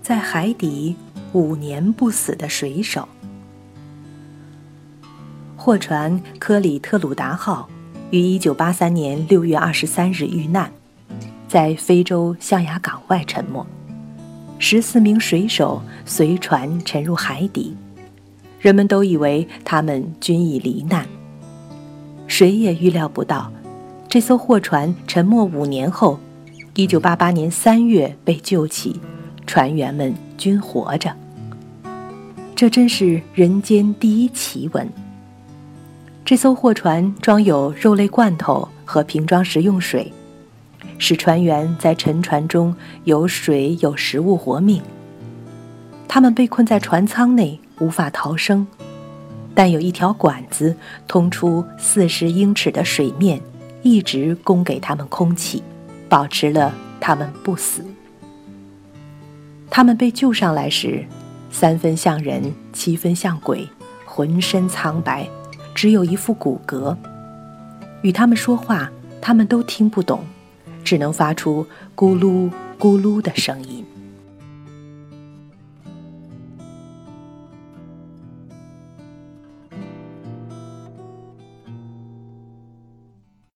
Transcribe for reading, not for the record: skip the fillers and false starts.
在海底5年不死的水手。货船科里特鲁达号于1983年6月23日遇难，在非洲象牙港外沉没，14名水手随船沉入海底，人们都以为他们均已罹难。谁也预料不到，这艘货船沉没5年后，1988年3月被救起，船员们均活着。这真是人间第一奇闻。这艘货船装有肉类罐头和瓶装食用水，使船员在沉船中有水有食物活命。他们被困在船舱内，无法逃生，但有一条管子通出40英尺的水面，一直供给他们空气，保持了他们不死。他们被救上来时，3分像人，7分像鬼，浑身苍白，只有一副骨骼。与他们说话，他们都听不懂，只能发出咕噜咕噜的声音。